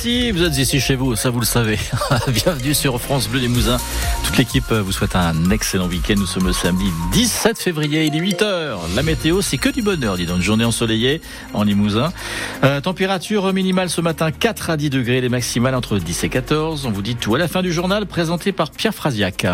Si vous êtes ici chez vous, ça vous le savez. Bienvenue sur France Bleu Limousin. Toute l'équipe vous souhaite un excellent week-end. Nous sommes le samedi 17 février, il est 8h. La météo, c'est que du bonheur, dis donc. Une journée ensoleillée en Limousin. Température minimale ce matin, 4 à 10 degrés. Les maximales entre 10 et 14. On vous dit tout à la fin du journal, présenté par Pierre Frasiac.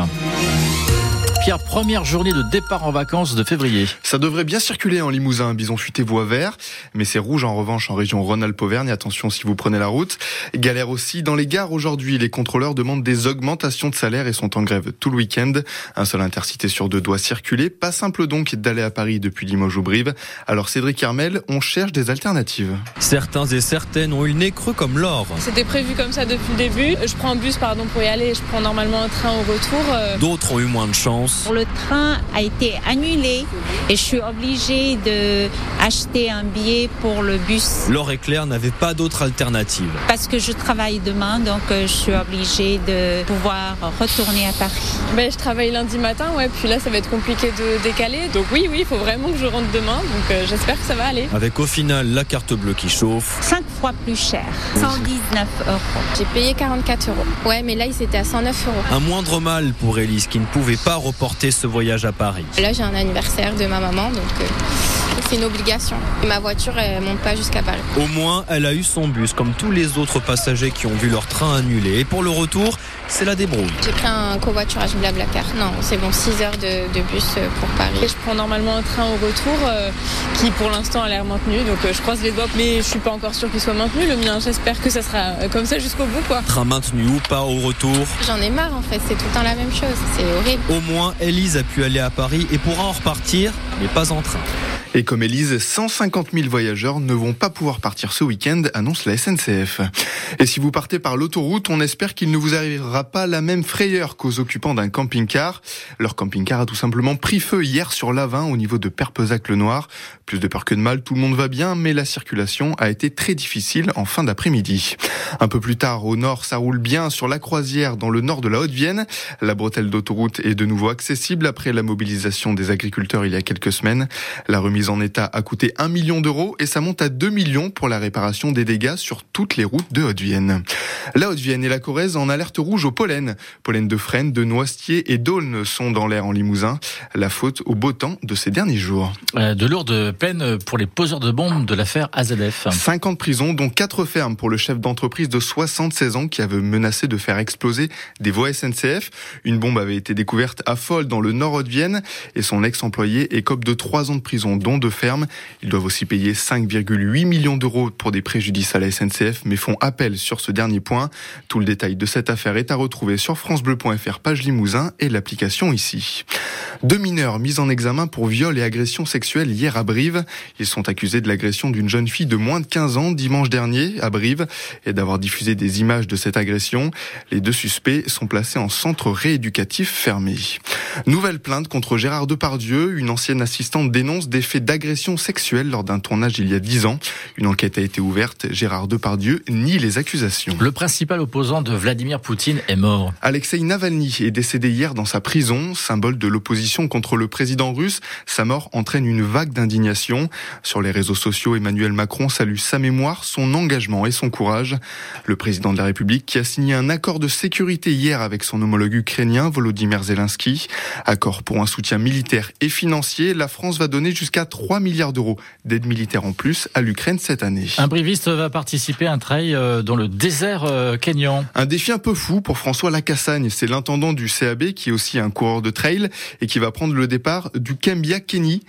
Pierre, première journée de départ en vacances de février. Ça devrait bien circuler en Limousin. Bison futé voie vert, mais c'est rouge en revanche en région Rhône-Alpes-Auvergne. Attention si vous prenez la route. Galère aussi dans les gares aujourd'hui. Les contrôleurs demandent des augmentations de salaire et sont en grève tout le week-end. Un seul intercité sur deux doit circuler. Pas simple donc d'aller à Paris depuis Limoges ou Brive. Alors Cédric Hermel, on cherche des alternatives. Certains et certaines ont eu le nez creux comme Laure. C'était prévu comme ça depuis le début. Je prends un bus pour y aller. Je prends normalement un train au retour. D'autres ont eu moins de chance. Le train a été annulé et je suis obligée d'acheter un billet pour le bus. Laure et Claire n'avaient pas d'autre alternative. Parce que je travaille demain, donc je suis obligée de pouvoir retourner à Paris. Je travaille lundi matin, puis là ça va être compliqué de décaler. Donc oui, il faut vraiment que je rentre demain, donc j'espère que ça va aller. Avec au final la carte bleue qui chauffe. 5 fois plus cher, 119 €. J'ai payé 44 €. Ouais, mais là ils étaient à 109 €. Un moindre mal pour Élise qui ne pouvait pas reporter ce voyage à Paris. Là j'ai un anniversaire de ma maman, donc c'est une obligation. Et ma voiture elle monte pas jusqu'à Paris. Au moins elle a eu son bus comme tous les autres passagers qui ont vu leur train annulé. Et pour le retour, c'est la débrouille. J'ai pris un covoiturage Blablacar. Non, c'est bon, 6 heures de bus pour Paris. Et je prends normalement un train au retour qui pour l'instant a l'air maintenu, donc je croise les doigts, mais je suis pas encore sûre qu'il soit maintenu le mien. J'espère que ça sera comme ça jusqu'au bout, quoi. Train maintenu ou pas au retour. J'en ai marre en fait, c'est tout le temps la même chose, c'est horrible. Au moins Élise a pu aller à Paris et pourra en repartir, mais pas en train. Et comme Élise, 150 000 voyageurs ne vont pas pouvoir partir ce week-end, annonce la SNCF. Et si vous partez par l'autoroute, on espère qu'il ne vous arrivera pas la même frayeur qu'aux occupants d'un camping-car. Leur camping-car a tout simplement pris feu hier sur l'A20 au niveau de Perpezac-le-Noir. Plus de peur que de mal, tout le monde va bien, mais la circulation a été très difficile en fin d'après-midi. Un peu plus tard, au nord, ça roule bien sur la Croisière dans le nord de la Haute-Vienne. La bretelle d'autoroute est de nouveau accessible après la mobilisation des agriculteurs il y a quelques semaines. La remise en état a coûté 1 million € et ça monte à 2 millions pour la réparation des dégâts sur toutes les routes de Haute-Vienne. La Haute-Vienne et la Corrèze en alerte rouge au pollen. Pollen de frêne, de noisetier et d'aulne sont dans l'air en Limousin. La faute au beau temps de ces derniers jours. De lourdes peines pour les poseurs de bombes de l'affaire AZF. 5 ans de prison, dont 4 fermes pour le chef d'entreprise de 76 ans qui avait menacé de faire exploser des voies SNCF. Une bombe avait été découverte à Folle dans le nord Haute-Vienne et son ex-employé écope de 3 ans de prison, dont de ferme. Ils doivent aussi payer 5,8 millions € pour des préjudices à la SNCF, mais font appel sur ce dernier point. Tout le détail de cette affaire est à retrouver sur francebleu.fr page Limousin et l'application ici. 2 mineurs mis en examen pour viol et agression sexuelle hier à Brive. Ils sont accusés de l'agression d'une jeune fille de moins de 15 ans dimanche dernier à Brive et d'avoir diffusé des images de cette agression. Les 2 suspects sont placés en centre rééducatif fermé. Nouvelle plainte contre Gérard Depardieu. Une ancienne assistante dénonce des faits d'agression sexuelle lors d'un tournage il y a 10 ans. Une enquête a été ouverte. Gérard Depardieu nie les accusations. Le principal opposant de Vladimir Poutine est mort. Alexeï Navalny est décédé hier dans sa prison, symbole de l'opposition contre le président russe. Sa mort entraîne une vague d'indignation. Sur les réseaux sociaux, Emmanuel Macron salue sa mémoire, son engagement et son courage. Le président de la République qui a signé un accord de sécurité hier avec son homologue ukrainien Volodymyr Zelensky. Accord pour un soutien militaire et financier. La France va donner jusqu'à 3 milliards € d'aide militaire en plus à l'Ukraine cette année. Un briviste va participer à un trail dans le désert kényan. Un défi un peu fou pour François Lacassagne. C'est l'intendant du CAB qui est aussi un coureur de trail et qui va prendre le départ du Kenya,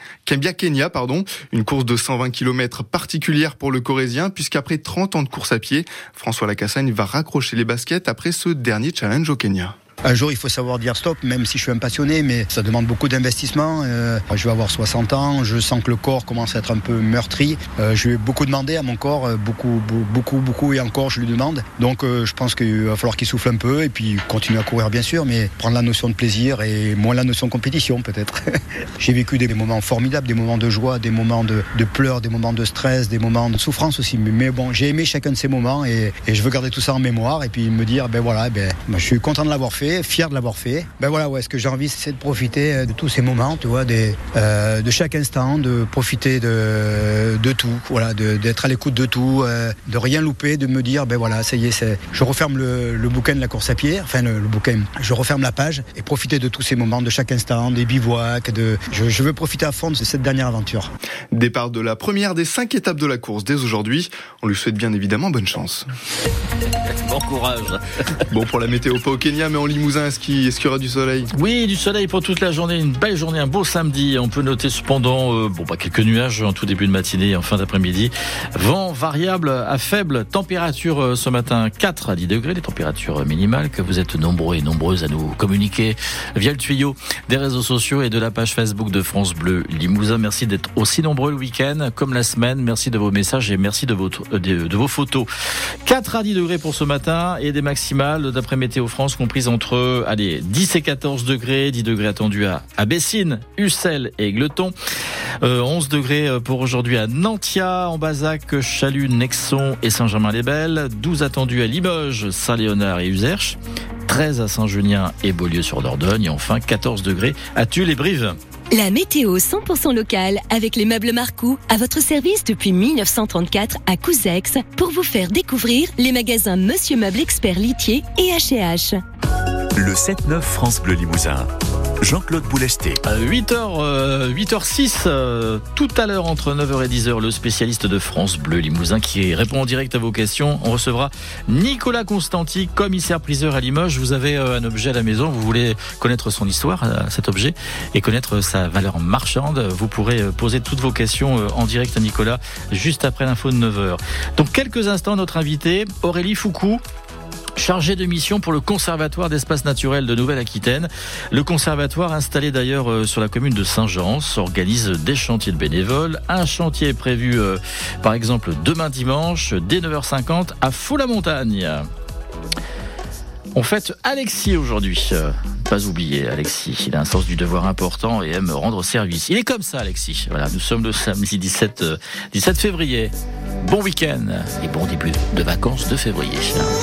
une course de 120 km particulière pour le Corrézien puisqu'après 30 ans de course à pied, François Lacassagne va raccrocher les baskets après ce dernier challenge au Kenya. Un jour, il faut savoir dire stop, même si je suis un passionné, mais ça demande beaucoup d'investissement. Je vais avoir 60 ans, je sens que le corps commence à être un peu meurtri. Je lui ai beaucoup demandé à mon corps, beaucoup, et encore je lui demande. Donc je pense qu'il va falloir qu'il souffle un peu et puis continuer à courir bien sûr, mais prendre la notion de plaisir et moins la notion de compétition peut-être. J'ai vécu des moments formidables, des moments de joie, des moments de pleurs, des moments de stress, des moments de souffrance aussi. Mais bon, j'ai aimé chacun de ces moments et je veux garder tout ça en mémoire et puis me dire, je suis content de l'avoir fait. fait, fier de l'avoir fait. Ben voilà, ce que j'ai envie, c'est de profiter de tous ces moments, tu vois, de chaque instant, de profiter de tout, voilà, d'être à l'écoute de tout, de rien louper, de me dire, ben voilà, ça y est, je referme le bouquin de la course à pied, enfin le bouquin, je referme la page et profiter de tous ces moments, de chaque instant, des bivouacs, je veux profiter à fond de cette dernière aventure. Départ de la première des 5 étapes de la course dès aujourd'hui. On lui souhaite bien évidemment bonne chance. Bon courage. Bon, pour la météo, pas au Kenya, mais en Limousin, est-ce qu'il y aura du soleil ? Oui, du soleil pour toute la journée, une belle journée, un beau samedi. On peut noter cependant quelques nuages en tout début de matinée et en fin d'après-midi. Vent variable à faible température ce matin, 4 à 10 degrés, les températures minimales que vous êtes nombreux et nombreuses à nous communiquer via le tuyau des réseaux sociaux et de la page Facebook de France Bleu Limousin. Merci d'être aussi nombreux le week-end comme la semaine. Merci de vos messages et merci de vos photos. 4 à 10 degrés pour ce matin et des maximales d'après Météo France comprises entre 10 et 14 degrés, 10 degrés attendus à Bessines, Ussel et Égletons, 11 degrés pour aujourd'hui à Nantia, en Bazac, Chalut, Nexon et Saint-Germain-les-Belles, 12 attendus à Limoges, Saint-Léonard et Uzerche, 13 à Saint-Junien et Beaulieu-sur-Dordogne et enfin 14 degrés à Tulle et Brive. La météo 100% locale avec les meubles Marcoux à votre service depuis 1934 à Couzex pour vous faire découvrir les magasins Monsieur Meuble Expert Litier et H&H. Le 7-9 France Bleu Limousin. Jean-Claude Boulesté. 8h06, tout à l'heure entre 9h et 10h, le spécialiste de France Bleu Limousin qui répond en direct à vos questions. On recevra Nicolas Constanti, commissaire-priseur à Limoges. Vous avez un objet à la maison, vous voulez connaître son histoire, cet objet, et connaître sa valeur marchande. Vous pourrez poser toutes vos questions en direct à Nicolas juste après l'info de 9h. Donc quelques instants, notre invité, Aurélie Foucault, chargé de mission pour le Conservatoire d'espaces naturels de Nouvelle-Aquitaine. Le conservatoire, installé d'ailleurs sur la commune de Saint-Jean, organise des chantiers de bénévoles. Un chantier est prévu, par exemple, demain dimanche, dès 9h50, à Faux-la-Montagne. On fête Alexis aujourd'hui. Pas oublier Alexis, il a un sens du devoir important et aime rendre service. Il est comme ça, Alexis. Voilà, nous sommes le samedi 17 février. Bon week-end et bon début de vacances de février.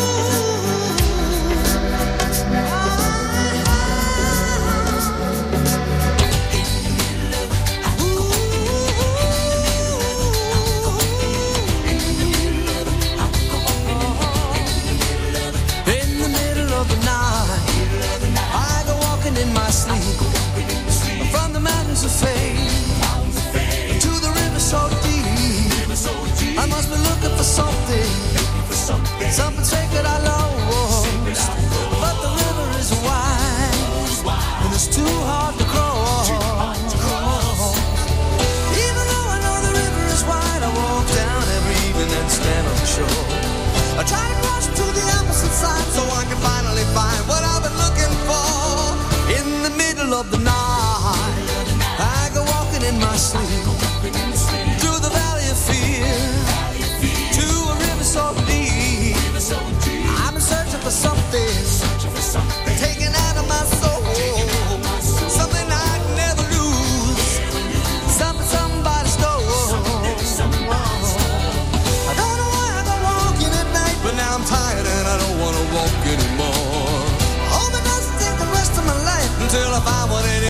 Something sacred I lost, but the river is wide, and it's too hard to cross. Even though I know the river is wide, I walk down every evening and stand on the shore. I try to cross to the opposite side so I can finally find what I've been looking for. In the middle of the night, I go walking in my sleep through the valley of fear to a river so deep. I've been searching for something taken out of my soul, something I'd never lose, something somebody stole. I don't know why I go walking at night, but now I'm tired and I don't want to walk anymore. I hope it doesn't take the rest of my life until I find what it is.